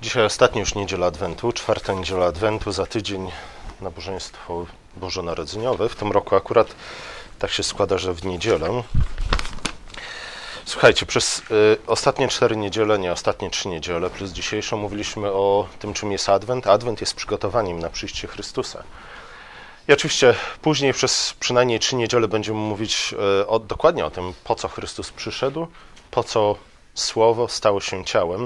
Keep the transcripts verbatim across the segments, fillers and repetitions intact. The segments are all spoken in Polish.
Dzisiaj ostatnia już niedziela Adwentu, czwarta niedziela Adwentu, za tydzień nabożeństwo bożonarodzeniowe. W tym roku akurat tak się składa, że w niedzielę. Słuchajcie, przez y, ostatnie cztery niedziele, nie ostatnie trzy niedziele, plus dzisiejszą mówiliśmy o tym, czym jest Adwent. Adwent jest przygotowaniem na przyjście Chrystusa. I oczywiście później przez przynajmniej trzy niedziele będziemy mówić y, o, dokładnie o tym, po co Chrystus przyszedł, po co Słowo stało się ciałem.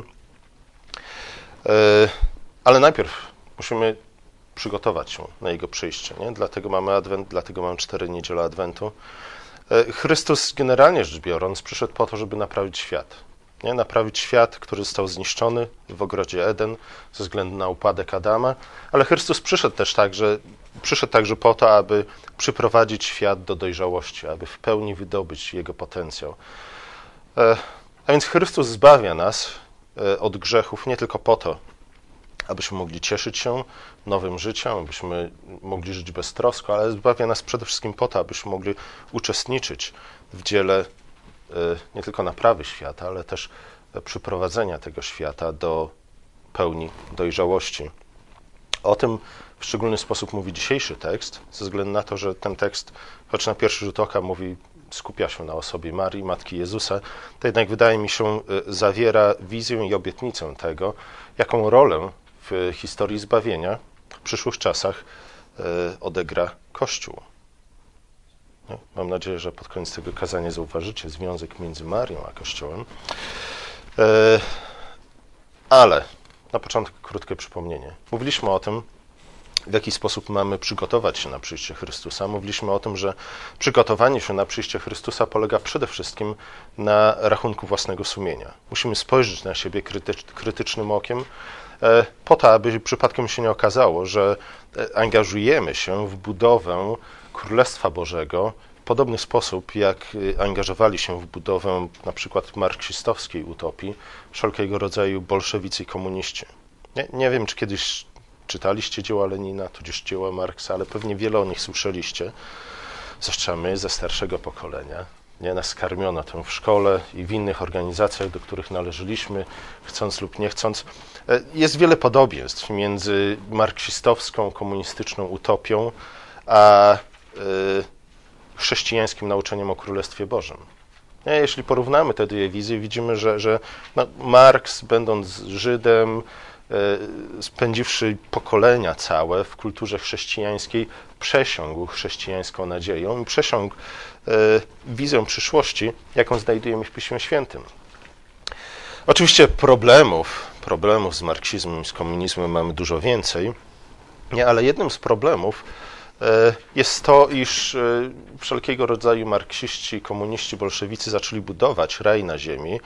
Ale najpierw musimy przygotować się na Jego przyjście. Nie? Dlatego mamy Adwent, dlatego mamy cztery niedziele Adwentu. Chrystus, generalnie rzecz biorąc, przyszedł po to, żeby naprawić świat. Nie? Naprawić świat, który został zniszczony w ogrodzie Eden ze względu na upadek Adama. Ale Chrystus przyszedł też także, przyszedł także po to, aby przyprowadzić świat do dojrzałości, aby w pełni wydobyć jego potencjał. A więc Chrystus zbawia nas od grzechów nie tylko po to, abyśmy mogli cieszyć się nowym życiem, abyśmy mogli żyć beztrosko, ale zbawia nas przede wszystkim po to, abyśmy mogli uczestniczyć w dziele nie tylko naprawy świata, ale też przyprowadzenia tego świata do pełni dojrzałości. O tym w szczególny sposób mówi dzisiejszy tekst, ze względu na to, że ten tekst, choć na pierwszy rzut oka mówi, skupia się na osobie Marii, Matki Jezusa, to jednak wydaje mi się zawiera wizję i obietnicę tego, jaką rolę w historii zbawienia w przyszłych czasach odegra Kościół. Mam nadzieję, że pod koniec tego kazania zauważycie związek między Marią a Kościołem. Ale na początek krótkie przypomnienie. Mówiliśmy o tym, w jaki sposób mamy przygotować się na przyjście Chrystusa. Mówiliśmy o tym, że przygotowanie się na przyjście Chrystusa polega przede wszystkim na rachunku własnego sumienia. Musimy spojrzeć na siebie krytycz, krytycznym okiem, po to, aby przypadkiem się nie okazało, że angażujemy się w budowę Królestwa Bożego w podobny sposób, jak angażowali się w budowę na przykład marksistowskiej utopii wszelkiego rodzaju bolszewicy i komuniści. Nie, nie wiem, czy kiedyś czytaliście dzieła Lenina, tudzież dzieła Marksa, ale pewnie wiele o nich słyszeliście, zwłaszcza my ze starszego pokolenia. Nie, nas karmiono tym w szkole i w innych organizacjach, do których należeliśmy, chcąc lub nie chcąc. Jest wiele podobieństw między marksistowską, komunistyczną utopią, a y, chrześcijańskim nauczeniem o Królestwie Bożym. Nie, jeśli porównamy te dwie wizje, widzimy, że, że no, Marks, będąc Żydem, spędziwszy pokolenia całe w kulturze chrześcijańskiej, przesiągł chrześcijańską nadzieją i przesiągł wizję przyszłości, jaką znajdujemy w Piśmie Świętym. Oczywiście problemów, problemów z marksizmem i z komunizmem mamy dużo więcej, nie, ale jednym z problemów jest to, iż wszelkiego rodzaju marksiści, komuniści, bolszewicy zaczęli budować raj na ziemi,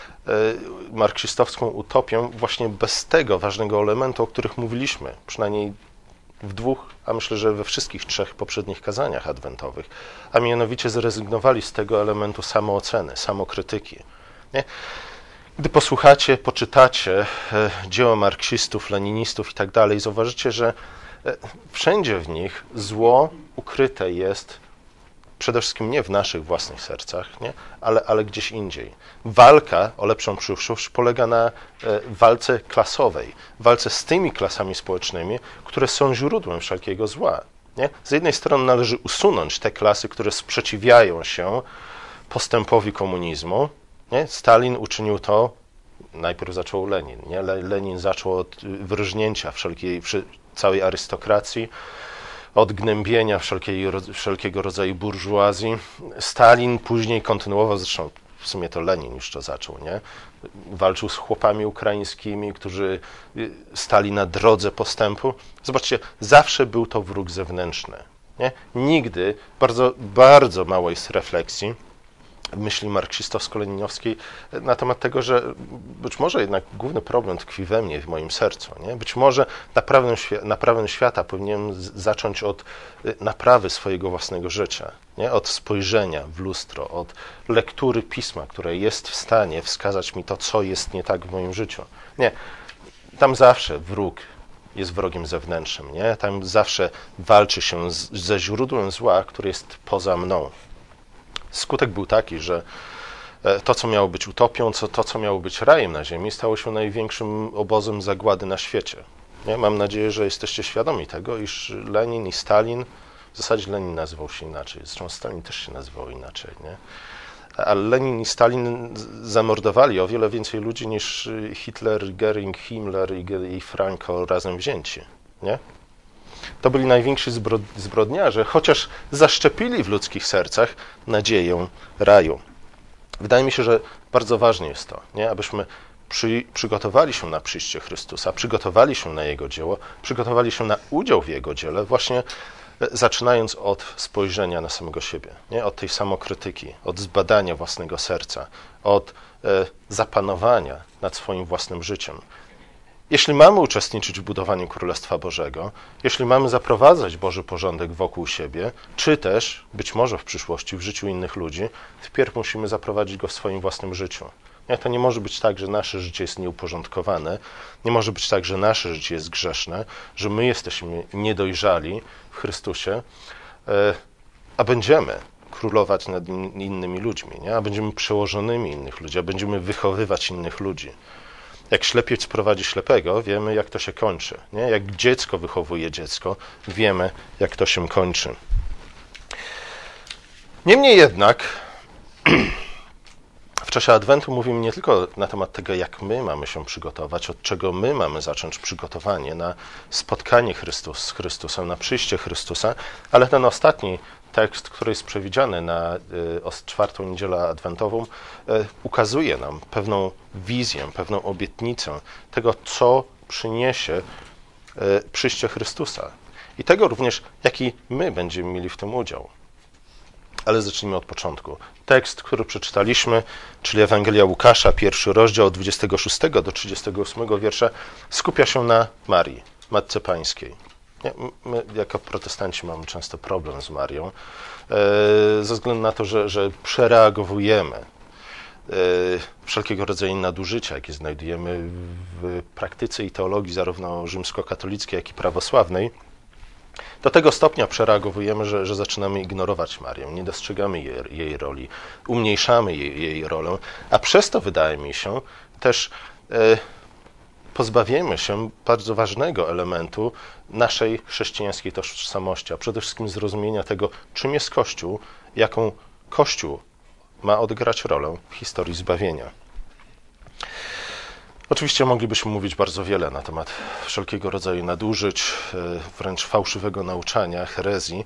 marksistowską utopię właśnie bez tego ważnego elementu, o których mówiliśmy, przynajmniej w dwóch, a myślę, że we wszystkich trzech poprzednich kazaniach adwentowych, a mianowicie zrezygnowali z tego elementu samooceny, samokrytyki. Nie? Gdy posłuchacie, poczytacie dzieła marksistów, leninistów i tak dalej, zauważycie, że wszędzie w nich zło ukryte jest przede wszystkim nie w naszych własnych sercach, nie? Ale, ale gdzieś indziej. Walka o lepszą przyszłość polega na e, walce klasowej, walce z tymi klasami społecznymi, które są źródłem wszelkiego zła. Nie? Z jednej strony należy usunąć te klasy, które sprzeciwiają się postępowi komunizmu. Nie? Stalin uczynił to, najpierw zaczął Lenin. Nie? Lenin zaczął od wyrżnięcia wszelkiej, całej arystokracji, od gnębienia wszelkiego, wszelkiego rodzaju burżuazji. Stalin później kontynuował, zresztą w sumie to Lenin już to zaczął, nie? Walczył z chłopami ukraińskimi, którzy stali na drodze postępu. Zobaczcie, zawsze był to wróg zewnętrzny. Nie? Nigdy, bardzo, bardzo mało jest refleksji w myśli marksistowsko-leninowskiej na temat tego, że być może jednak główny problem tkwi we mnie, w moim sercu. Nie? Być może naprawę, naprawę świata powinienem zacząć od naprawy swojego własnego życia, nie? Od spojrzenia w lustro, od lektury pisma, które jest w stanie wskazać mi to, co jest nie tak w moim życiu. Nie, tam zawsze wróg jest wrogiem zewnętrznym. Nie? Tam zawsze walczy się z, ze źródłem zła, które jest poza mną. Skutek był taki, że to, co miało być utopią, co, to, co miało być rajem na ziemi, stało się największym obozem zagłady na świecie. Nie? Mam nadzieję, że jesteście świadomi tego, iż Lenin i Stalin, w zasadzie Lenin nazywał się inaczej, zresztą Stalin też się nazywał inaczej, nie? Ale Lenin i Stalin zamordowali o wiele więcej ludzi niż Hitler, Goering, Himmler i Franco razem wzięci, nie? To byli najwięksi zbrodniarze, chociaż zaszczepili w ludzkich sercach nadzieję raju. Wydaje mi się, że bardzo ważne jest to, nie? Abyśmy przy, przygotowali się na przyjście Chrystusa, przygotowali się na Jego dzieło, przygotowali się na udział w Jego dziele, właśnie zaczynając od spojrzenia na samego siebie, nie? Od tej samokrytyki, od zbadania własnego serca, od e, zapanowania nad swoim własnym życiem. Jeśli mamy uczestniczyć w budowaniu Królestwa Bożego, jeśli mamy zaprowadzać Boży porządek wokół siebie, czy też, być może w przyszłości, w życiu innych ludzi, wpierw musimy zaprowadzić go w swoim własnym życiu. Nie, to nie może być tak, że nasze życie jest nieuporządkowane, nie może być tak, że nasze życie jest grzeszne, że my jesteśmy niedojrzali w Chrystusie, a będziemy królować nad innymi ludźmi, nie? A będziemy przełożonymi innych ludzi, a będziemy wychowywać innych ludzi. Jak ślepiec prowadzi ślepego, wiemy, jak to się kończy. Nie? Jak dziecko wychowuje dziecko, wiemy, jak to się kończy. Niemniej jednak w czasie Adwentu mówimy nie tylko na temat tego, jak my mamy się przygotować, od czego my mamy zacząć przygotowanie na spotkanie Chrystus, z Chrystusem, na przyjście Chrystusa, ale ten ostatni tekst, który jest przewidziany na y, czwartą niedzielę adwentową, y, ukazuje nam pewną wizję, pewną obietnicę tego, co przyniesie y, przyjście Chrystusa. I tego również, jaki my będziemy mieli w tym udział. Ale zacznijmy od początku. Tekst, który przeczytaliśmy, czyli Ewangelia Łukasza, pierwszy rozdział od dwudziestego szóstego do trzydziestego ósmego wiersza, skupia się na Marii, Matce Pańskiej. Nie, my jako protestanci mamy często problem z Marią, ze względu na to, że, że przereagowujemy wszelkiego rodzaju nadużycia, jakie znajdujemy w praktyce i teologii zarówno rzymskokatolickiej, jak i prawosławnej. Do tego stopnia przereagowujemy, że, że zaczynamy ignorować Marię, nie dostrzegamy jej, jej roli, umniejszamy jej, jej rolę, a przez to, wydaje mi się, też e, pozbawiemy się bardzo ważnego elementu naszej chrześcijańskiej tożsamości, a przede wszystkim zrozumienia tego, czym jest Kościół, jaką Kościół ma odegrać rolę w historii zbawienia. Oczywiście moglibyśmy mówić bardzo wiele na temat wszelkiego rodzaju nadużyć, wręcz fałszywego nauczania, herezji,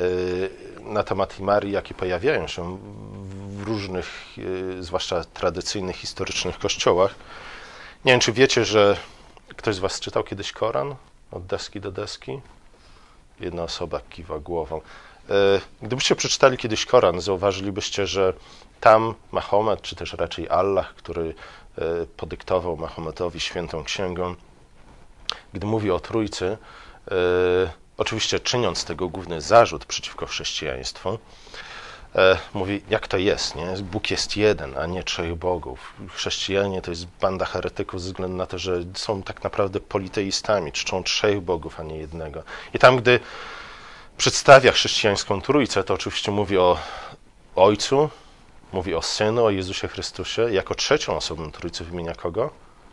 na temat Marii, jakie pojawiają się w różnych, zwłaszcza tradycyjnych, historycznych kościołach. Nie wiem, czy wiecie, że ktoś z was czytał kiedyś Koran od deski do deski? Jedna osoba kiwa głową. Gdybyście przeczytali kiedyś Koran, zauważylibyście, że tam Mahomet, czy też raczej Allah, który podyktował Mahometowi świętą księgę, gdy mówi o Trójcy, oczywiście czyniąc tego główny zarzut przeciwko chrześcijaństwu, mówi, jak to jest, nie? Bóg jest jeden, a nie trzech bogów. Chrześcijanie to jest banda heretyków ze względu na to, że są tak naprawdę politeistami, czczą trzech bogów, a nie jednego. I tam, gdy przedstawia chrześcijańską Trójcę, to oczywiście mówi o Ojcu, mówi o Synu, o Jezusie Chrystusie. Jako trzecią osobę Trójcy wymienia kogo?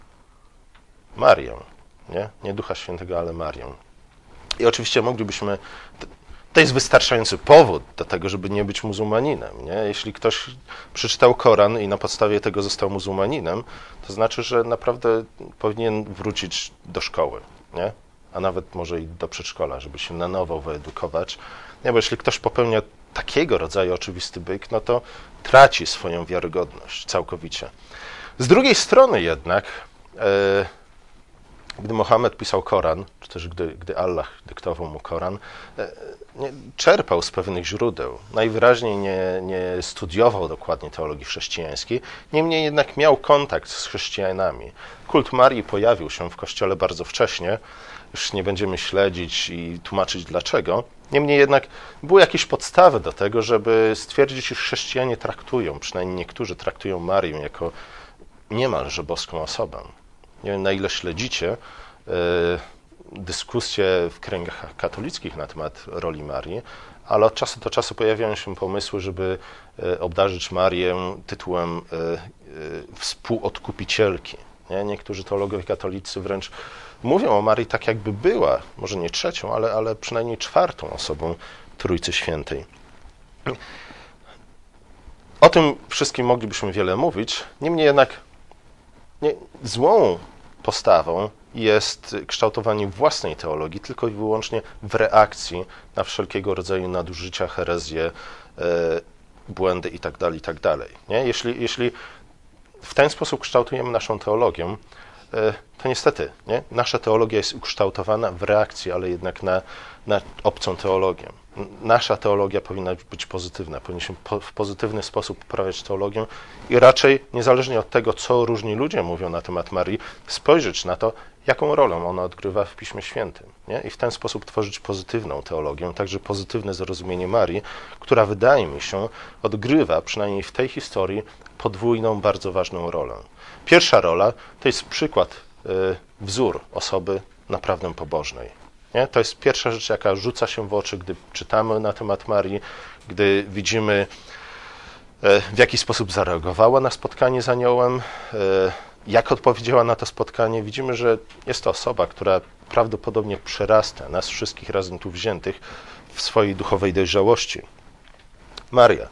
Marię. Nie? Nie Ducha Świętego, ale Marię. I oczywiście moglibyśmy... To jest wystarczający powód do tego, żeby nie być muzułmaninem. Nie? Jeśli ktoś przeczytał Koran i na podstawie tego został muzułmaninem, to znaczy, że naprawdę powinien wrócić do szkoły, nie? A nawet może i do przedszkola, żeby się na nowo wyedukować. Nie, bo jeśli ktoś popełnia takiego rodzaju oczywisty byk, no to traci swoją wiarygodność całkowicie. Z drugiej strony jednak, e, gdy Mohamed pisał Koran, czy też gdy, gdy Allah dyktował mu Koran, e, nie, czerpał z pewnych źródeł. Najwyraźniej nie, nie studiował dokładnie teologii chrześcijańskiej, niemniej jednak miał kontakt z chrześcijanami. Kult Marii pojawił się w Kościele bardzo wcześnie, już nie będziemy śledzić i tłumaczyć dlaczego. Niemniej jednak były jakieś podstawy do tego, żeby stwierdzić, iż chrześcijanie traktują, przynajmniej niektórzy traktują Marię jako niemalże boską osobę. Nie wiem, na ile śledzicie dyskusje w kręgach katolickich na temat roli Marii, ale od czasu do czasu pojawiają się pomysły, żeby obdarzyć Marię tytułem współodkupicielki. Nie? Niektórzy teologowie katolicy wręcz mówią o Marii tak, jakby była, może nie trzecią, ale, ale przynajmniej czwartą osobą Trójcy Świętej. O tym wszystkim moglibyśmy wiele mówić, niemniej jednak nie, złą postawą jest kształtowanie własnej teologii tylko i wyłącznie w reakcji na wszelkiego rodzaju nadużycia, herezje, błędy itd., itd. Nie? Jeśli, jeśli w ten sposób kształtujemy naszą teologię, to niestety nie? Nasza teologia jest ukształtowana w reakcji, ale jednak na, na obcą teologię. Nasza teologia powinna być pozytywna, powinniśmy po, w pozytywny sposób uprawiać teologię i raczej, niezależnie od tego, co różni ludzie mówią na temat Marii, spojrzeć na to, jaką rolę ona odgrywa w Piśmie Świętym. Nie? I w ten sposób tworzyć pozytywną teologię, także pozytywne zrozumienie Marii, która wydaje mi się odgrywa, przynajmniej w tej historii, podwójną, bardzo ważną rolę. Pierwsza rola to jest przykład, wzór osoby naprawdę pobożnej. Nie? To jest pierwsza rzecz, jaka rzuca się w oczy, gdy czytamy na temat Marii, gdy widzimy, w jaki sposób zareagowała na spotkanie z aniołem, jak odpowiedziała na to spotkanie. Widzimy, że jest to osoba, która prawdopodobnie przerasta nas wszystkich razem tu wziętych w swojej duchowej dojrzałości. Maria.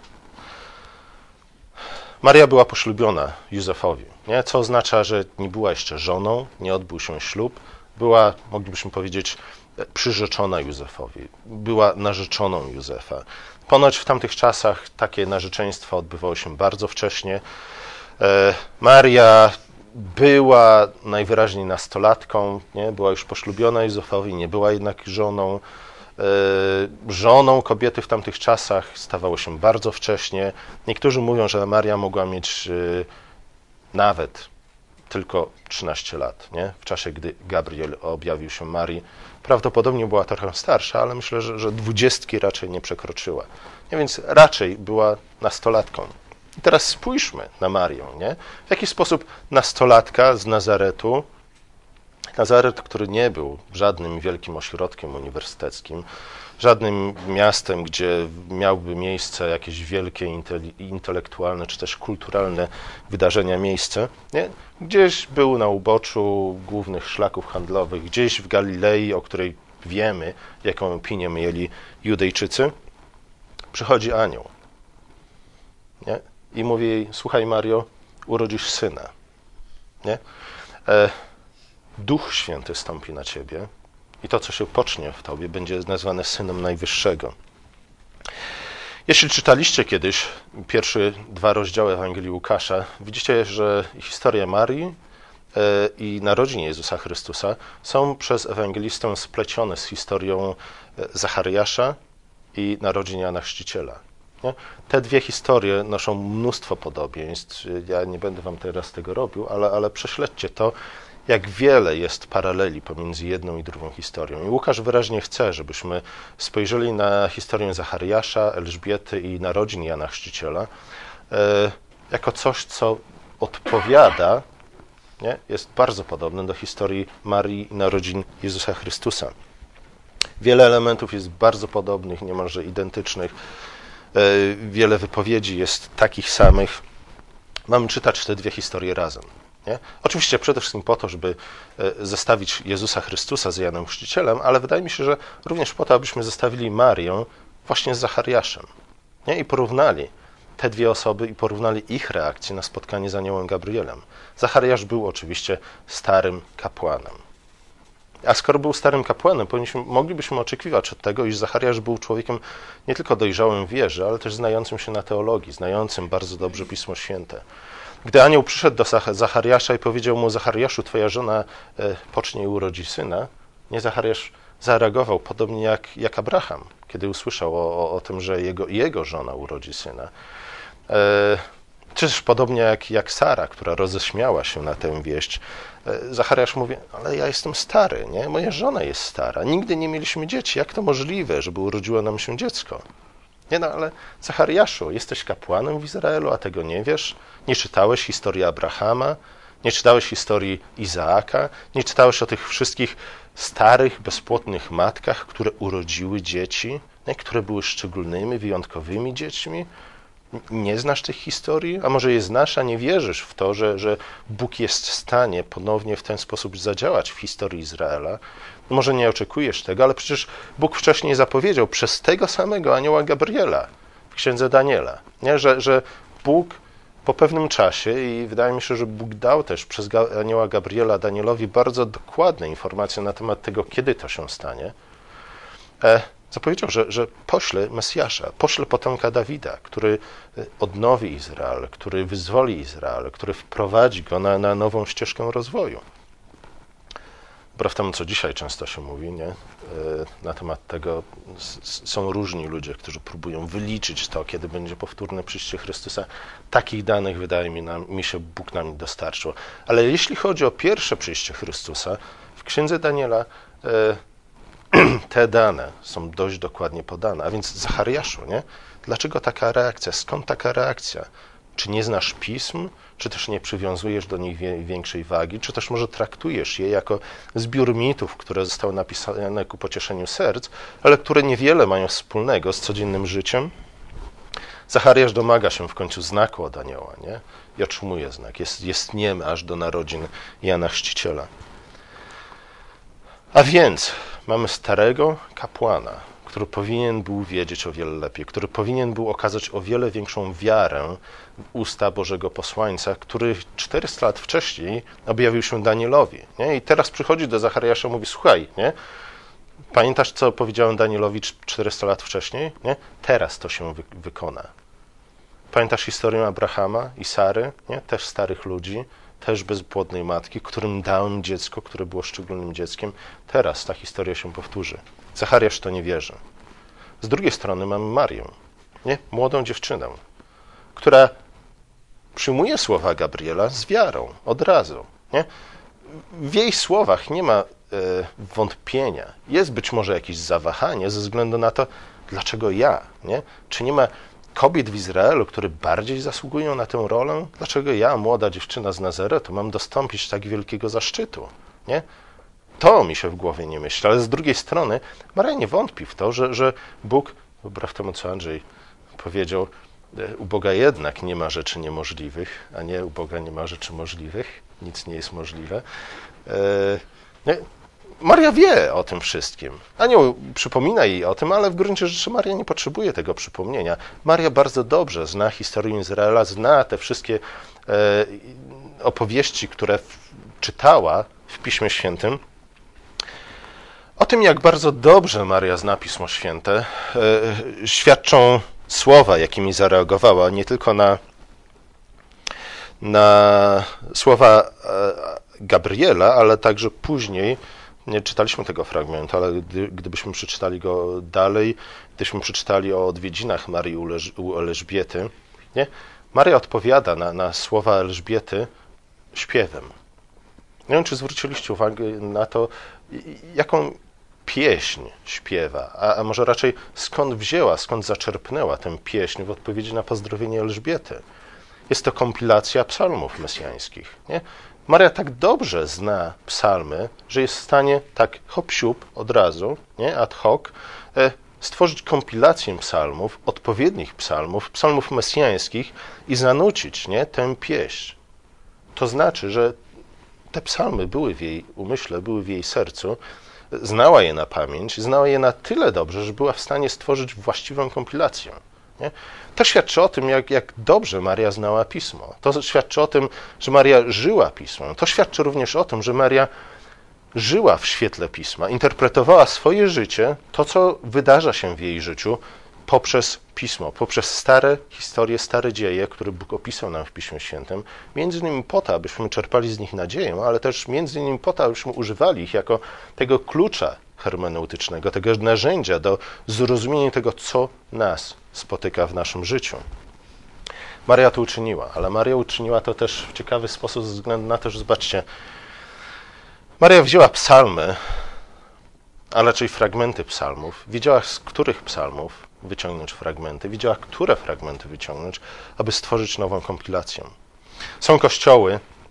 Maria była poślubiona Józefowi, nie? Co oznacza, że nie była jeszcze żoną, nie odbył się ślub, była, moglibyśmy powiedzieć, przyrzeczona Józefowi, była narzeczoną Józefa. Ponoć w tamtych czasach takie narzeczeństwo odbywało się bardzo wcześnie. Maria była najwyraźniej nastolatką, nie? Była już poślubiona Józefowi, nie była jednak żoną. Żoną kobiety w tamtych czasach stawało się bardzo wcześnie. Niektórzy mówią, że Maria mogła mieć nawet tylko trzynaście lat, nie? W czasie, gdy Gabriel objawił się Marii. Prawdopodobnie była trochę starsza, ale myślę, że, że dwudziestki raczej nie przekroczyła. Nie? Więc raczej była nastolatką. I teraz spójrzmy na Marię. Nie? W jaki sposób nastolatka z Nazaretu, Nazaret, który nie był żadnym wielkim ośrodkiem uniwersyteckim, żadnym miastem, gdzie miałby miejsce jakieś wielkie intelektualne czy też kulturalne wydarzenia, miejsce, nie? Gdzieś był na uboczu głównych szlaków handlowych, gdzieś w Galilei, o której wiemy, jaką opinię mieli Judejczycy, przychodzi anioł, nie? I mówi jej: słuchaj, Mario, urodzisz syna. Nie? E, Duch Święty stąpi na ciebie i to, co się pocznie w tobie, będzie nazwane Synem Najwyższego. Jeśli czytaliście kiedyś pierwsze dwa rozdziały Ewangelii Łukasza, widzicie, że historia Marii i narodzin Jezusa Chrystusa są przez ewangelistę splecione z historią Zachariasza i narodzin Jana Chrzciciela. Nie? Te dwie historie noszą mnóstwo podobieństw. Ja nie będę wam teraz tego robił, ale, ale prześledźcie to, jak wiele jest paraleli pomiędzy jedną i drugą historią. I Łukasz wyraźnie chce, żebyśmy spojrzeli na historię Zachariasza, Elżbiety i narodzin Jana Chrzciciela e, jako coś, co odpowiada, nie? Jest bardzo podobne do historii Marii i narodzin Jezusa Chrystusa. Wiele elementów jest bardzo podobnych, niemalże identycznych. E, wiele wypowiedzi jest takich samych. Mamy czytać te dwie historie razem. Nie? Oczywiście przede wszystkim po to, żeby zestawić Jezusa Chrystusa z Janem Chrzcicielem, ale wydaje mi się, że również po to, abyśmy zestawili Marię właśnie z Zachariaszem. Nie? I porównali te dwie osoby i porównali ich reakcję na spotkanie z aniołem Gabrielem. Zachariasz był oczywiście starym kapłanem. A skoro był starym kapłanem, moglibyśmy oczekiwać od tego, iż Zachariasz był człowiekiem nie tylko dojrzałym w wierze, ale też znającym się na teologii, znającym bardzo dobrze Pismo Święte. Gdy anioł przyszedł do Zachariasza i powiedział mu: Zachariaszu, twoja żona pocznie i urodzi syna, nie, Zachariasz zareagował podobnie jak, jak Abraham, kiedy usłyszał o, o, o tym, że jego, jego żona urodzi syna. E, czy też podobnie jak, jak Sara, która roześmiała się na tę wieść. E, Zachariasz mówi: ale ja jestem stary, nie? Moja żona jest stara, nigdy nie mieliśmy dzieci, jak to możliwe, żeby urodziło nam się dziecko? Nie, no ale Zachariaszu, jesteś kapłanem w Izraelu, a tego nie wiesz? Nie czytałeś historii Abrahama? Nie czytałeś historii Izaaka, nie czytałeś o tych wszystkich starych, bezpłodnych matkach, które urodziły dzieci, nie? Które były szczególnymi, wyjątkowymi dziećmi. Nie znasz tych historii? A może je znasz, a nie wierzysz w to, że, że Bóg jest w stanie ponownie w ten sposób zadziałać w historii Izraela? Może nie oczekujesz tego, ale przecież Bóg wcześniej zapowiedział przez tego samego anioła Gabriela w księdze Daniela, nie? Że, że Bóg po pewnym czasie, i wydaje mi się, że Bóg dał też przez anioła Gabriela Danielowi bardzo dokładne informacje na temat tego, kiedy to się stanie, e, zapowiedział, że, że pośle Mesjasza, pośle potomka Dawida, który odnowi Izrael, który wyzwoli Izrael, który wprowadzi go na, na nową ścieżkę rozwoju. Wbrew temu, co dzisiaj często się mówi, nie? Na temat tego są różni ludzie, którzy próbują wyliczyć to, kiedy będzie powtórne przyjście Chrystusa. Takich danych, wydaje mi, nam, mi się, Bóg nam dostarczył. Ale jeśli chodzi o pierwsze przyjście Chrystusa, w księdze Daniela te dane są dość dokładnie podane. A więc Zachariaszu, nie? Dlaczego taka reakcja? Skąd taka reakcja? Czy nie znasz pism? Czy też nie przywiązujesz do nich większej wagi? Czy też może traktujesz je jako zbiór mitów, które zostały napisane ku pocieszeniu serc, ale które niewiele mają wspólnego z codziennym życiem? Zachariasz domaga się w końcu znaku od anioła, nie? I otrzymuje znak. Jest, jest niemy aż do narodzin Jana Chrzciciela. A więc mamy starego kapłana, który powinien był wiedzieć o wiele lepiej, który powinien był okazać o wiele większą wiarę w usta Bożego posłańca, który czterysta lat wcześniej objawił się Danielowi. Nie? I teraz przychodzi do Zachariasza i mówi, słuchaj, nie? Pamiętasz, co powiedziałem Danielowi czterysta lat wcześniej? Nie? Teraz to się wy- wykona. Pamiętasz historię Abrahama i Sary? Nie? Też starych ludzi, też bezpłodnej matki, którym dałem dziecko, które było szczególnym dzieckiem. Teraz ta historia się powtórzy. Zachariasz to nie wierzy. Z drugiej strony mamy Marię, nie? Młodą dziewczynę, która przyjmuje słowa Gabriela z wiarą, od razu. Nie? W jej słowach nie ma e, wątpienia. Jest być może jakieś zawahanie ze względu na to, dlaczego ja? Nie? Czy nie ma kobiet w Izraelu, które bardziej zasługują na tę rolę? Dlaczego ja, młoda dziewczyna z Nazaretu, mam dostąpić tak wielkiego zaszczytu? Nie? To mi się w głowie nie myśli, ale z drugiej strony Maria nie wątpi w to, że, że Bóg, wbrew temu, co Andrzej powiedział, u Boga jednak nie ma rzeczy niemożliwych, a nie u Boga nie ma rzeczy możliwych, nic nie jest możliwe. Nie? Maria wie o tym wszystkim. Anioł przypomina jej o tym, ale w gruncie rzeczy Maria nie potrzebuje tego przypomnienia. Maria bardzo dobrze zna historię Izraela, zna te wszystkie opowieści, które czytała w Piśmie Świętym. O tym, jak bardzo dobrze Maria zna Pismo Święte, e, świadczą słowa, jakimi zareagowała, nie tylko na, na słowa Gabriela, ale także później, nie czytaliśmy tego fragmentu, ale gdy, gdybyśmy przeczytali go dalej, gdybyśmy przeczytali o odwiedzinach Marii u, Leż, u Elżbiety, nie? Maria odpowiada na, na słowa Elżbiety śpiewem. Nie wiem, czy zwróciliście uwagę na to, jaką pieśń śpiewa, a, a może raczej skąd wzięła, skąd zaczerpnęła tę pieśń w odpowiedzi na pozdrowienie Elżbiety. Jest to kompilacja psalmów mesjańskich. Nie? Maria tak dobrze zna psalmy, że jest w stanie tak hop-siup od razu, nie? ad hoc, e, stworzyć kompilację psalmów, odpowiednich psalmów, psalmów mesjańskich i zanucić, nie? tę pieśń. To znaczy, że te psalmy były w jej umyśle, były w jej sercu, znała je na pamięć, znała je na tyle dobrze, że była w stanie stworzyć właściwą kompilację. Nie? To świadczy o tym, jak, jak dobrze Maria znała Pismo. To świadczy o tym, że Maria żyła Pismem. To świadczy również o tym, że Maria żyła w świetle Pisma, interpretowała swoje życie, to co wydarza się w jej życiu, poprzez Pismo, poprzez stare historie, stare dzieje, które Bóg opisał nam w Piśmie Świętym, między innymi po to, abyśmy czerpali z nich nadzieję, ale też między innymi po to, abyśmy używali ich jako tego klucza hermeneutycznego, tego narzędzia do zrozumienia tego, co nas spotyka w naszym życiu. Maria to uczyniła, ale Maria uczyniła to też w ciekawy sposób ze względu na to, że zobaczcie, Maria wzięła psalmy, a raczej fragmenty psalmów, wiedziała, z których psalmów wyciągnąć fragmenty, wiedziała, które fragmenty wyciągnąć, aby stworzyć nową kompilację. Są kościoły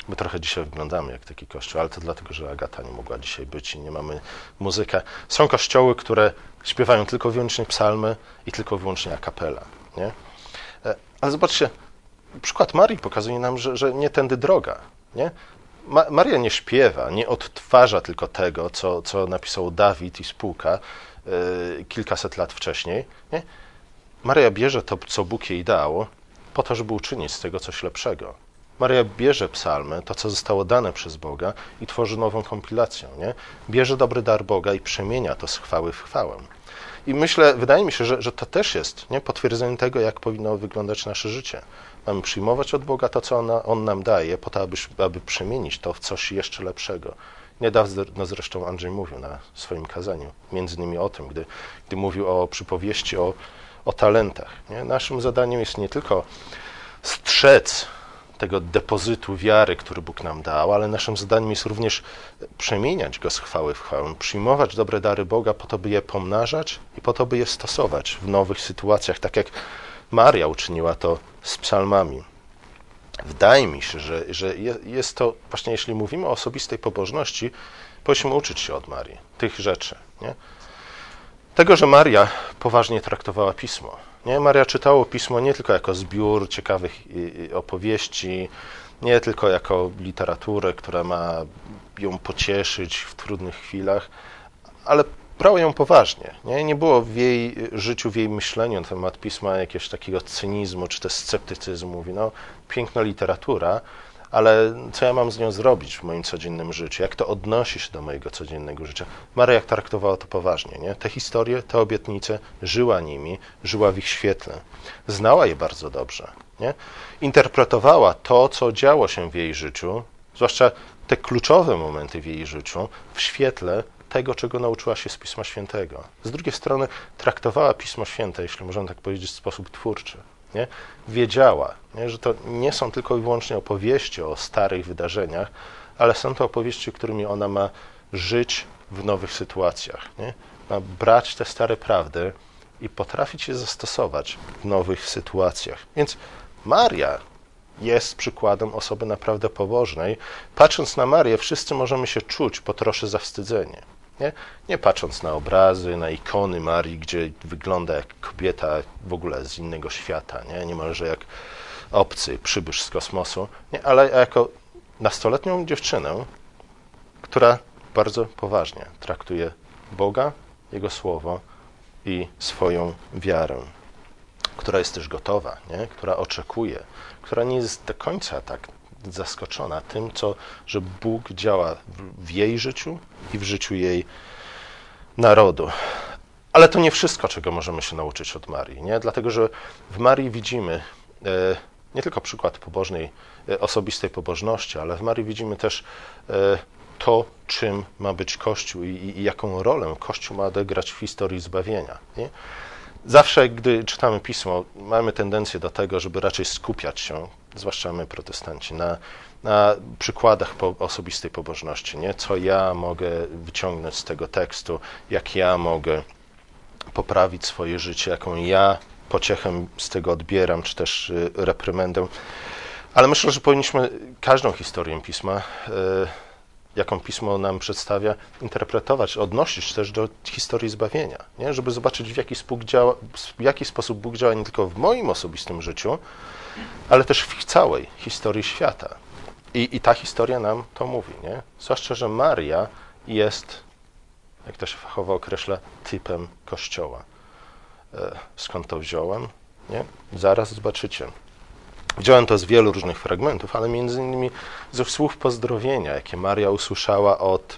My trochę dzisiaj wyglądamy jak taki kościół, ale to dlatego, że Agata nie mogła dzisiaj być i nie mamy muzykę. Są kościoły, które śpiewają tylko i wyłącznie psalmy i tylko i wyłącznie a cappella, nie? Ale zobaczcie, przykład Marii pokazuje nam, że, że nie tędy droga, nie? Ma, Maria nie śpiewa, nie odtwarza tylko tego, co, co napisał Dawid i spółka yy, kilkaset lat wcześniej, nie? Maria bierze to, co Bóg jej dał, po to, żeby uczynić z tego coś lepszego. Maria bierze psalmy, to, co zostało dane przez Boga i tworzy nową kompilację, nie? Bierze dobry dar Boga i przemienia to z chwały w chwałę. I myślę, wydaje mi się, że, że to też jest, nie, potwierdzenie tego, jak powinno wyglądać nasze życie. Mamy przyjmować od Boga to, co ona, On nam daje, po to, aby, aby przemienić to w coś jeszcze lepszego. Niedawno zresztą Andrzej mówił na swoim kazaniu, między innymi o tym, gdy, gdy mówił o przypowieści o, o talentach. Nie? Naszym zadaniem jest nie tylko strzec tego depozytu wiary, który Bóg nam dał, ale naszym zadaniem jest również przemieniać go z chwały w chwałę, przyjmować dobre dary Boga po to, by je pomnażać i po to, by je stosować w nowych sytuacjach, tak jak Maria uczyniła to z psalmami. Wydaje mi się, że, że jest to, właśnie jeśli mówimy o osobistej pobożności, powinniśmy uczyć się od Marii tych rzeczy. Nie? Tego, że Maria poważnie traktowała Pismo. Nie? Maria czytała Pismo nie tylko jako zbiór ciekawych opowieści, nie tylko jako literaturę, która ma ją pocieszyć w trudnych chwilach, ale brała ją poważnie. Nie, nie było w jej życiu, w jej myśleniu na temat Pisma jakiegoś takiego cynizmu czy też sceptycyzmu. Mówi, no piękna literatura, ale co ja mam z nią zrobić w moim codziennym życiu? Jak to odnosi się do mojego codziennego życia? Maria jak traktowała to poważnie. Nie? Te historie, te obietnice, żyła nimi, żyła w ich świetle. Znała je bardzo dobrze. Nie? Interpretowała to, co działo się w jej życiu, zwłaszcza te kluczowe momenty w jej życiu, w świetle tego, czego nauczyła się z Pisma Świętego. Z drugiej strony traktowała Pismo Święte, jeśli możemy tak powiedzieć, w sposób twórczy. Nie? Wiedziała, nie? Że to nie są tylko i wyłącznie opowieści o starych wydarzeniach, ale są to opowieści, którymi ona ma żyć w nowych sytuacjach. Nie? Ma brać te stare prawdy i potrafić je zastosować w nowych sytuacjach. Więc Maria jest przykładem osoby naprawdę pobożnej. Patrząc na Marię, wszyscy możemy się czuć po trosze zawstydzenie. Nie? Nie patrząc na obrazy, na ikony Marii, gdzie wygląda jak kobieta w ogóle z innego świata, nie? Niemalże jak obcy przybysz z kosmosu, nie? Ale jako nastoletnią dziewczynę, która bardzo poważnie traktuje Boga, Jego Słowo i swoją wiarę, która jest też gotowa, nie? Która oczekuje, która nie jest do końca tak zaskoczona tym, co, że Bóg działa w jej życiu i w życiu jej narodu. Ale to nie wszystko, czego możemy się nauczyć od Marii, nie? Dlatego, że w Marii widzimy e, nie tylko przykład pobożnej, e, osobistej pobożności, ale w Marii widzimy też e, to, czym ma być Kościół i, i jaką rolę Kościół ma odegrać w historii zbawienia. Nie? Zawsze, gdy czytamy Pismo, mamy tendencję do tego, żeby raczej skupiać się, zwłaszcza my, protestanci, na, na przykładach po, osobistej pobożności, nie? Co ja mogę wyciągnąć z tego tekstu, jak ja mogę poprawić swoje życie, jaką ja pociechę z tego odbieram, czy też reprymendę. Ale myślę, że powinniśmy każdą historię Pisma, jaką Pismo nam przedstawia, interpretować, odnosić też do historii zbawienia, nie? Żeby zobaczyć, w jaki, działa, w jaki sposób Bóg działa nie tylko w moim osobistym życiu, ale też w całej historii świata. I, i ta historia nam to mówi, nie? Zwłaszcza, że Maria jest, jak to się fachowo określa, typem Kościoła. Skąd to wziąłem? Nie? Zaraz zobaczycie. Wziąłem to z wielu różnych fragmentów, ale między innymi ze słów pozdrowienia, jakie Maria usłyszała od,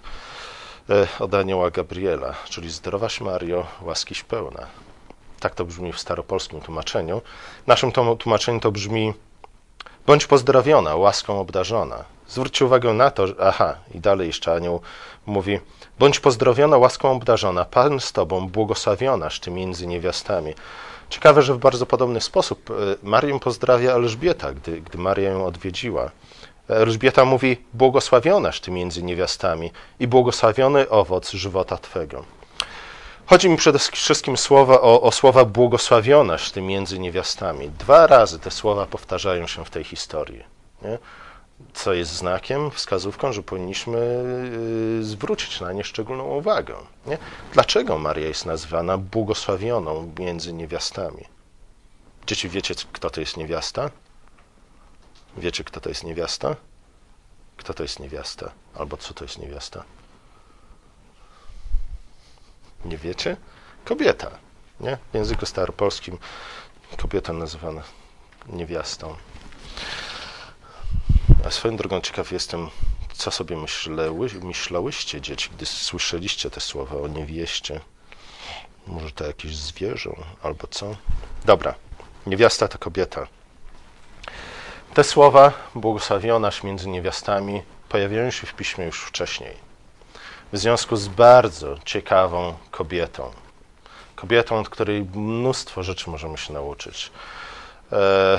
od anioła Gabriela, czyli zdrowaś Mario, łaskiś pełna. Tak to brzmi w staropolskim tłumaczeniu. W naszym tłumaczeniu to brzmi bądź pozdrowiona, łaską obdarzona. Zwróćcie uwagę na to, że, aha, i dalej jeszcze anioł mówi, bądź pozdrowiona, łaską obdarzona, Pan z tobą, błogosławionaś ty między niewiastami. Ciekawe, że w bardzo podobny sposób Marię pozdrawia Elżbieta, gdy, gdy Maria ją odwiedziła. Elżbieta mówi, błogosławionaś ty między niewiastami i błogosławiony owoc żywota twego. Chodzi mi przede wszystkim słowa o, o słowa błogosławionaś ty między niewiastami. Dwa razy te słowa powtarzają się w tej historii. Nie? co jest znakiem, wskazówką, że powinniśmy zwrócić na nie szczególną uwagę. Nie? Dlaczego Maria jest nazwana błogosławioną między niewiastami? Dzieci, wiecie, kto to jest niewiasta? Wiecie, kto to jest niewiasta? Kto to jest niewiasta? Albo co to jest niewiasta? Nie wiecie? Kobieta. Nie? W języku staropolskim kobieta nazywana niewiastą. A swoją drogą ciekaw jestem, co sobie myślały, myślałyście, dzieci, gdy słyszeliście te słowa o niewieście. Może to jakieś zwierzę, albo co? Dobra, niewiasta to kobieta. Te słowa, błogosławionaś między niewiastami, pojawiają się w Piśmie już wcześniej. W związku z bardzo ciekawą kobietą. Kobietą, od której mnóstwo rzeczy możemy się nauczyć. E...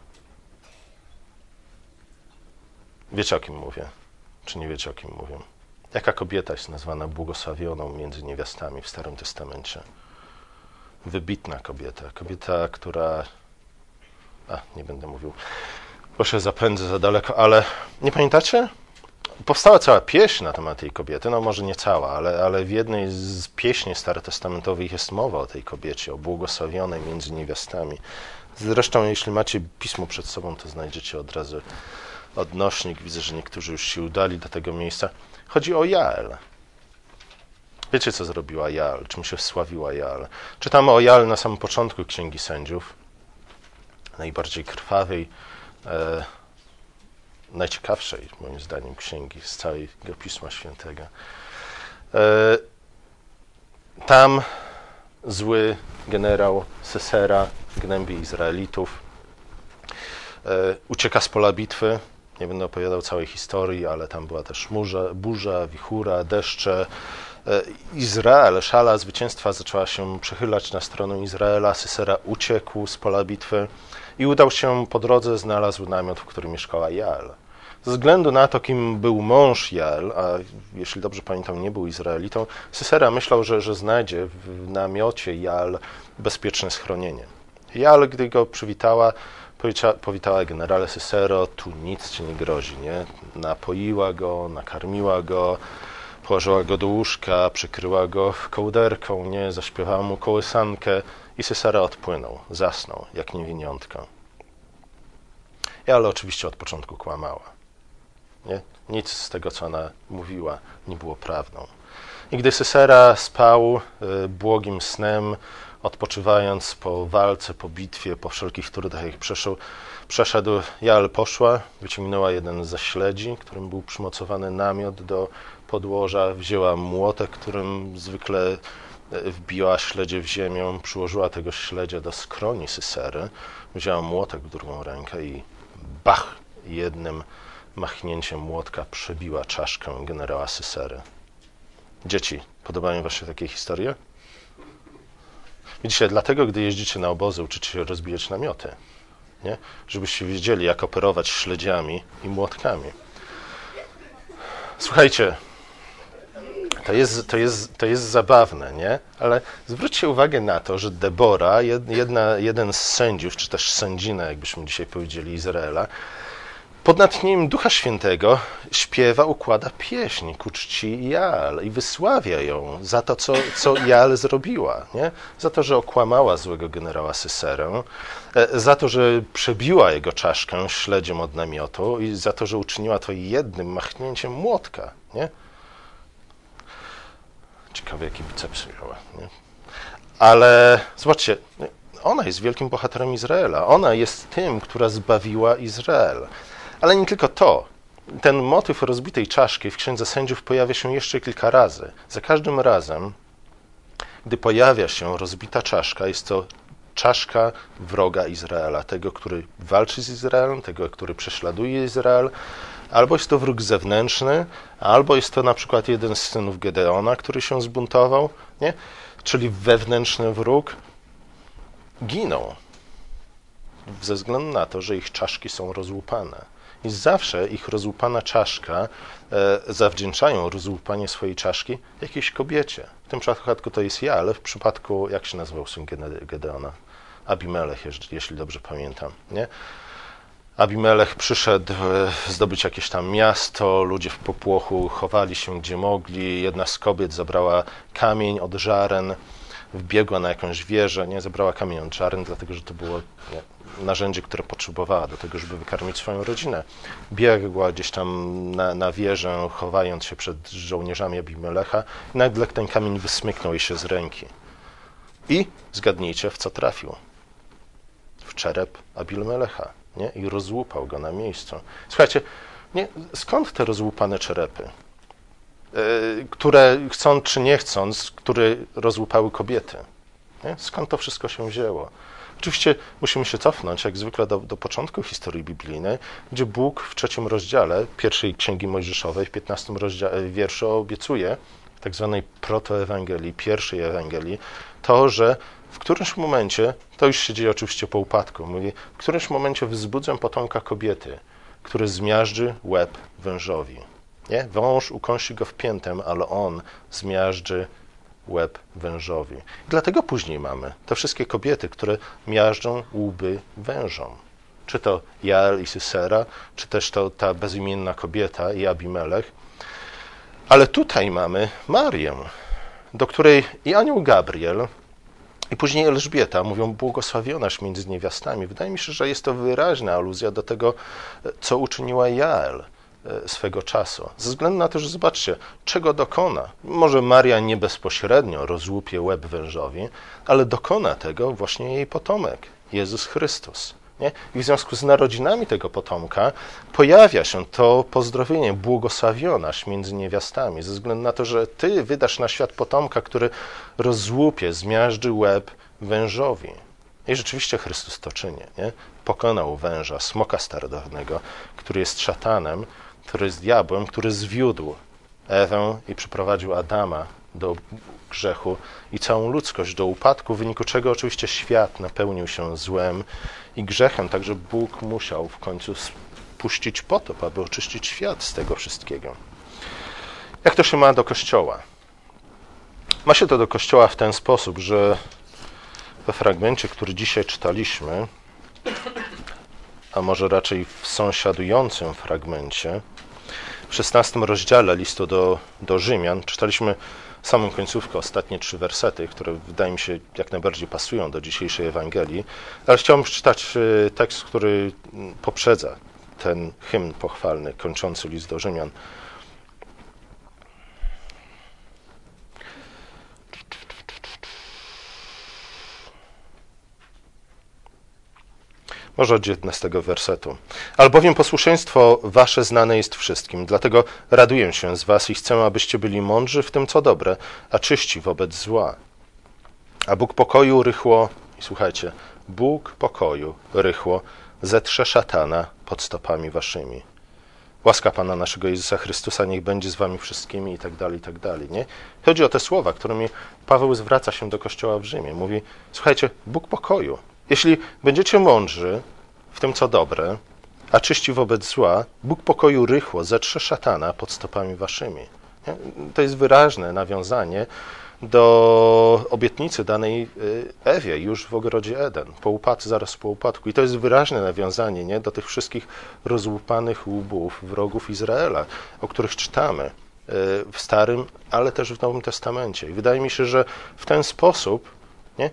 Wiecie, o kim mówię? Czy nie wiecie, o kim mówię? Jaka kobieta jest nazwana błogosławioną między niewiastami w Starym Testamencie? Wybitna kobieta. Kobieta, która... A, nie będę mówił. Proszę, zapędzę za daleko, ale nie pamiętacie? Powstała cała pieśń na temat tej kobiety, no może nie cała, ale, ale w jednej z pieśni starotestamentowych jest mowa o tej kobiecie, o błogosławionej między niewiastami. Zresztą, jeśli macie pismo przed sobą, to znajdziecie od razu odnośnik. Widzę, że niektórzy już się udali do tego miejsca. Chodzi o Jael. Wiecie, co zrobiła Jael? Czym się wsławiła Jael? Czytamy o Jael na samym początku Księgi Sędziów. Najbardziej krwawej, e, najciekawszej, moim zdaniem, księgi z całego Pisma Świętego. E, tam zły generał Sysera gnębi Izraelitów. E, ucieka z pola bitwy. Nie będę opowiadał całej historii, ale tam była też burza, burza wichura, deszcze. E, Izrael, szala zwycięstwa zaczęła się przechylać na stronę Izraela. Sysera uciekł z pola bitwy i udał się po drodze, znalazł namiot, w którym mieszkała Jael. Ze względu na to, kim był mąż Jael, a jeśli dobrze pamiętam, nie był Izraelitą, Sysera myślał, że, że znajdzie w namiocie Jael bezpieczne schronienie. Jael, gdy go przywitała, powitała: generale Sysero, tu nic ci nie grozi, nie? Napoiła go, nakarmiła go, położyła go do łóżka, przykryła go kołderką, nie? Zaśpiewała mu kołysankę i Sysera odpłynął, zasnął, jak niewiniątko. Jael oczywiście od początku kłamała. Nie? Nic z tego, co ona mówiła, nie było prawdą. I gdy Sysera spał y, błogim snem, odpoczywając po walce, po bitwie, po wszelkich trudach, jak przeszedł, przeszedł, Jael poszła, wyciągnęła jeden ze śledzi, którym był przymocowany namiot do podłoża, wzięła młotek, którym zwykle wbiła śledzie w ziemię, przyłożyła tego śledzia do skroni Sysery, wzięła młotek w drugą rękę i bach, jednym machnięciem młotka przebiła czaszkę generała Sysery. Dzieci, podobają wam się takie historie? Widzicie, dlatego, gdy jeździcie na obozy, uczycie się rozbijać namioty, nie? Żebyście wiedzieli, jak operować śledziami i młotkami. Słuchajcie, to jest, to jest, to jest zabawne, nie? Ale zwróćcie uwagę na to, że Debora, jedna, jeden z sędziów, czy też sędzina, jakbyśmy dzisiaj powiedzieli, Izraela, pod natchnieniem Ducha Świętego śpiewa, układa pieśń ku czci Jael i wysławia ją za to, co, co Jael zrobiła. Nie? Za to, że okłamała złego generała Syserę, za to, że przebiła jego czaszkę śledziem od namiotu i za to, że uczyniła to jednym machnięciem młotka. Nie? Ciekawe, jaki biceps miała. Nie? Ale zobaczcie, ona jest wielkim bohaterem Izraela. Ona jest tym, która zbawiła Izrael. Ale nie tylko to. Ten motyw rozbitej czaszki w Księdze Sędziów pojawia się jeszcze kilka razy. Za każdym razem, gdy pojawia się rozbita czaszka, jest to czaszka wroga Izraela, tego, który walczy z Izraelem, tego, który prześladuje Izrael. Albo jest to wróg zewnętrzny, albo jest to na przykład jeden z synów Gedeona, który się zbuntował, nie? Czyli wewnętrzny wróg. Giną ze względu na to, że ich czaszki są rozłupane. I zawsze ich rozłupana czaszka e, zawdzięczają rozłupanie swojej czaszki jakiejś kobiecie. W tym przypadku to jest ja, ale w przypadku, jak się nazywał syn Gedeona? Abimelech, jeśli dobrze pamiętam. Nie? Abimelech przyszedł zdobyć jakieś tam miasto, ludzie w popłochu chowali się gdzie mogli, jedna z kobiet zabrała kamień od żaren, wbiegła na jakąś wieżę, nie, zabrała kamień od żaren, dlatego że to było nie, narzędzie, które potrzebowała do tego, żeby wykarmić swoją rodzinę. Biegła gdzieś tam na, na wieżę, chowając się przed żołnierzami Abimelecha i nagle ten kamień wysmyknął jej się z ręki. I zgadnijcie, w co trafił. W czerep Abimelecha. Nie? I rozłupał go na miejscu. Słuchajcie, nie, skąd te rozłupane czerepy? Yy, które chcąc czy nie chcąc, które rozłupały kobiety. Nie? Skąd to wszystko się wzięło? Oczywiście musimy się cofnąć, jak zwykle, do, do początku historii biblijnej, gdzie Bóg w trzecim rozdziale pierwszej Księgi Mojżeszowej, w piętnastym rozdziale, wierszu obiecuje, w tak zwanej protoewangelii, pierwszej Ewangelii, to, że w którymś momencie, to już się dzieje oczywiście po upadku, mówi, w którymś momencie wzbudzę potomka kobiety, który zmiażdży łeb wężowi. Nie? Wąż ukąsi go w piętem, ale on zmiażdży łeb wężowi. I dlatego później mamy te wszystkie kobiety, które miażdżą łby wężom. Czy to Jael i Sysera, czy też to ta bezimienna kobieta i Abimelech. Ale tutaj mamy Marię, do której i anioł Gabriel, i później Elżbieta mówią, błogosławionaś między niewiastami. Wydaje mi się, że jest to wyraźna aluzja do tego, co uczyniła Jael swego czasu. Ze względu na to, że zobaczcie, czego dokona. Może Maria nie bezpośrednio rozłupie łeb wężowi, ale dokona tego właśnie jej potomek, Jezus Chrystus. Nie? I w związku z narodzinami tego potomka pojawia się to pozdrowienie, błogosławionaś między niewiastami, ze względu na to, że ty wydasz na świat potomka, który rozłupie, zmiażdży łeb wężowi. I rzeczywiście Chrystus to czyni. Nie? Pokonał węża, smoka starodawnego, który jest szatanem, który jest diabłem, który zwiódł Ewę i przyprowadził Adama do grzechu i całą ludzkość do upadku, w wyniku czego oczywiście świat napełnił się złem i grzechem, także Bóg musiał w końcu spuścić potop, aby oczyścić świat z tego wszystkiego. Jak to się ma do Kościoła? Ma się to do Kościoła w ten sposób, że we fragmencie, który dzisiaj czytaliśmy, a może raczej w sąsiadującym fragmencie, w szesnastym rozdziale listu do, do Rzymian, czytaliśmy samą końcówkę, ostatnie trzy wersety, które wydaje mi się jak najbardziej pasują do dzisiejszej Ewangelii, ale chciałbym przeczytać tekst, który poprzedza ten hymn pochwalny, kończący list do Rzymian. Może od dziewiętnastego wersetu. Albowiem posłuszeństwo wasze znane jest wszystkim, dlatego raduję się z was i chcę, abyście byli mądrzy w tym, co dobre, a czyści wobec zła. A Bóg pokoju rychło, i słuchajcie, Bóg pokoju rychło zetrze szatana pod stopami waszymi. Łaska Pana naszego Jezusa Chrystusa niech będzie z wami wszystkimi i tak dalej, i tak dalej. Nie? Chodzi o te słowa, którymi Paweł zwraca się do Kościoła w Rzymie. Mówi, słuchajcie, Bóg pokoju. Jeśli będziecie mądrzy w tym, co dobre, a czyści wobec zła, Bóg pokoju rychło zetrze szatana pod stopami waszymi. Nie? To jest wyraźne nawiązanie do obietnicy danej Ewie już w ogrodzie Eden, po upadku, zaraz po upadku. I to jest wyraźne nawiązanie nie? do tych wszystkich rozłupanych łbów wrogów Izraela, o których czytamy w Starym, ale też w Nowym Testamencie. I wydaje mi się, że w ten sposób nie?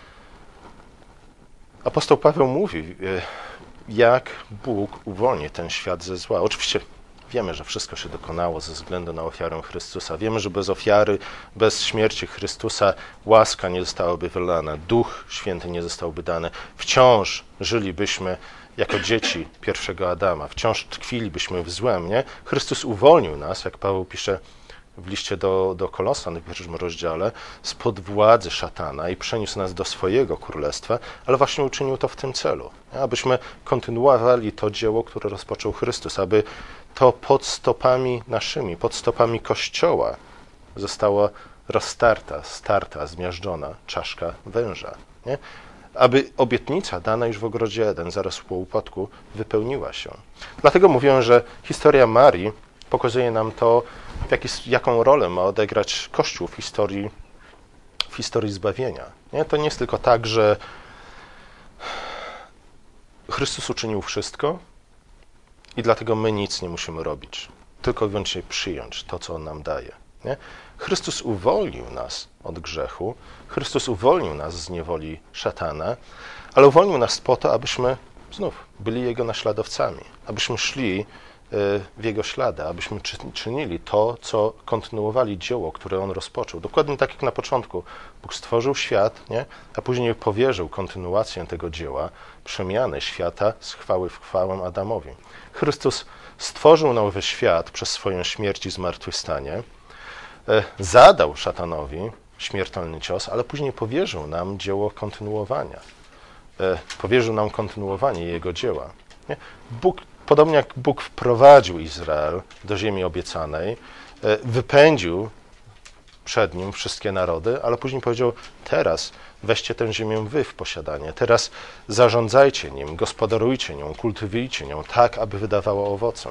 Apostoł Paweł mówi, jak Bóg uwolni ten świat ze zła. Oczywiście wiemy, że wszystko się dokonało ze względu na ofiarę Chrystusa. Wiemy, że bez ofiary, bez śmierci Chrystusa łaska nie zostałaby wylana, Duch Święty nie zostałby dany. Wciąż żylibyśmy jako dzieci pierwszego Adama. Wciąż tkwilibyśmy w złem. Nie? Chrystus uwolnił nas, jak Paweł pisze w liście do, do Kolosan w pierwszym rozdziale, spod władzy szatana i przeniósł nas do swojego królestwa, ale właśnie uczynił to w tym celu, nie? Abyśmy kontynuowali to dzieło, które rozpoczął Chrystus, aby to pod stopami naszymi, pod stopami Kościoła została roztarta, starta, zmiażdżona czaszka węża. Nie? Aby obietnica dana już w ogrodzie Eden, zaraz po upadku, wypełniła się. Dlatego mówię, że historia Marii pokazuje nam to, w jaki, jaką rolę ma odegrać Kościół w historii, w historii zbawienia. Nie? To nie jest tylko tak, że Chrystus uczynił wszystko I dlatego my nic nie musimy robić, tylko i wyłącznie przyjąć to, co On nam daje. Nie? Chrystus uwolnił nas od grzechu, Chrystus uwolnił nas z niewoli szatana, ale uwolnił nas po to, abyśmy znów byli Jego naśladowcami, abyśmy szli w Jego ślady, abyśmy czynili to, co kontynuowali dzieło, które On rozpoczął. Dokładnie tak jak na początku. Bóg stworzył świat, nie? A później powierzył kontynuację tego dzieła, przemianę świata z chwały w chwałę Adamowi. Chrystus stworzył nowy świat przez swoją śmierć i zmartwychwstanie, zadał szatanowi śmiertelny cios, ale później powierzył nam dzieło kontynuowania. Powierzył nam kontynuowanie Jego dzieła. Nie? Bóg, podobnie jak Bóg wprowadził Izrael do ziemi obiecanej, wypędził przed nim wszystkie narody, ale później powiedział, teraz weźcie tę ziemię wy w posiadanie, teraz zarządzajcie nim, gospodarujcie nią, kultywujcie nią tak, aby wydawała owoce.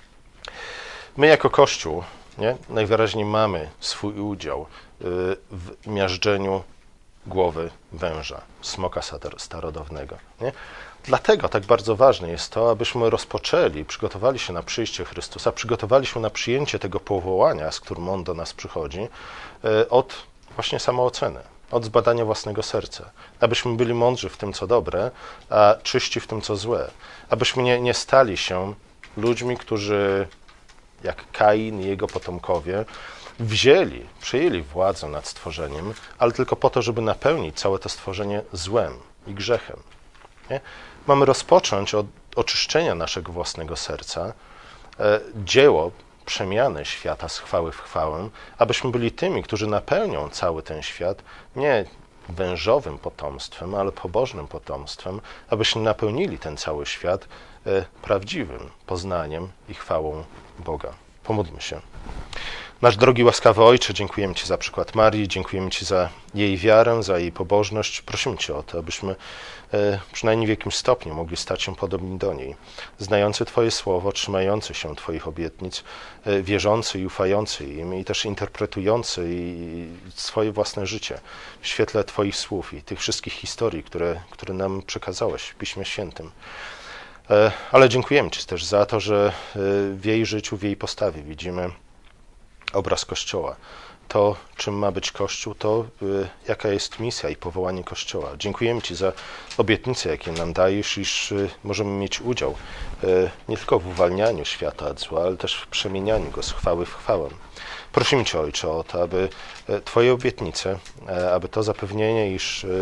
My jako Kościół nie, najwyraźniej mamy swój udział w miażdżeniu głowy węża, smoka starodawnego. Nie? Dlatego tak bardzo ważne jest to, abyśmy rozpoczęli, przygotowali się na przyjście Chrystusa, przygotowali się na przyjęcie tego powołania, z którym On do nas przychodzi, od właśnie samooceny, od zbadania własnego serca. Abyśmy byli mądrzy w tym, co dobre, a czyści w tym, co złe. Abyśmy nie, nie stali się ludźmi, którzy jak Kain i jego potomkowie, wzięli, przejęli władzę nad stworzeniem, ale tylko po to, żeby napełnić całe to stworzenie złem i grzechem. Nie? Mamy rozpocząć od oczyszczenia naszego własnego serca, e, dzieło przemiany świata z chwały w chwałę, abyśmy byli tymi, którzy napełnią cały ten świat nie wężowym potomstwem, ale pobożnym potomstwem, abyśmy napełnili ten cały świat e, prawdziwym poznaniem i chwałą Boga. Pomódlmy się. Nasz drogi, łaskawy Ojcze, dziękujemy Ci za przykład Marii, dziękujemy Ci za jej wiarę, za jej pobożność. Prosimy Cię o to, abyśmy e, przynajmniej w jakimś stopniu mogli stać się podobni do niej, znający Twoje słowo, trzymający się Twoich obietnic, e, wierzący i ufający im i też interpretujący i swoje własne życie w świetle Twoich słów i tych wszystkich historii, które, które nam przekazałeś w Piśmie Świętym. E, ale dziękujemy Ci też za to, że e, w jej życiu, w jej postawie widzimy obraz Kościoła. To, czym ma być Kościół, to y, jaka jest misja i powołanie Kościoła. Dziękujemy Ci za obietnice, jakie nam dajesz, iż y, możemy mieć udział y, nie tylko w uwalnianiu świata od zła, ale też w przemienianiu go z chwały w chwałę. Prosimy Cię, Ojcze, o to, aby y, Twoje obietnice, y, aby to zapewnienie, iż y,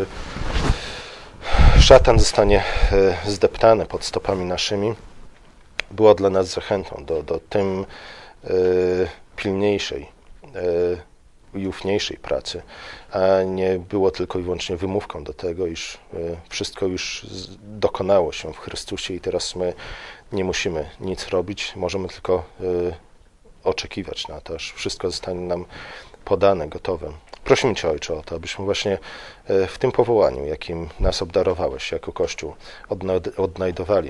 szatan zostanie y, zdeptany pod stopami naszymi, było dla nas zachętą do, do tym y, pilniejszej i ufniejszej pracy, a nie było tylko i wyłącznie wymówką do tego, iż wszystko już dokonało się w Chrystusie i teraz my nie musimy nic robić, możemy tylko oczekiwać na to, aż wszystko zostanie nam podane, gotowe. Prosimy Cię, Ojcze, o to, abyśmy właśnie w tym powołaniu, jakim nas obdarowałeś jako Kościół, odnajdowali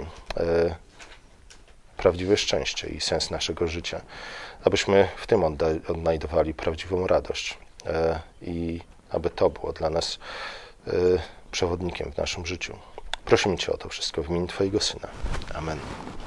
prawdziwe szczęście i sens naszego życia, abyśmy w tym odnajdowali prawdziwą radość i aby to było dla nas przewodnikiem w naszym życiu. Prosimy Cię o to wszystko w imieniu Twojego Syna. Amen.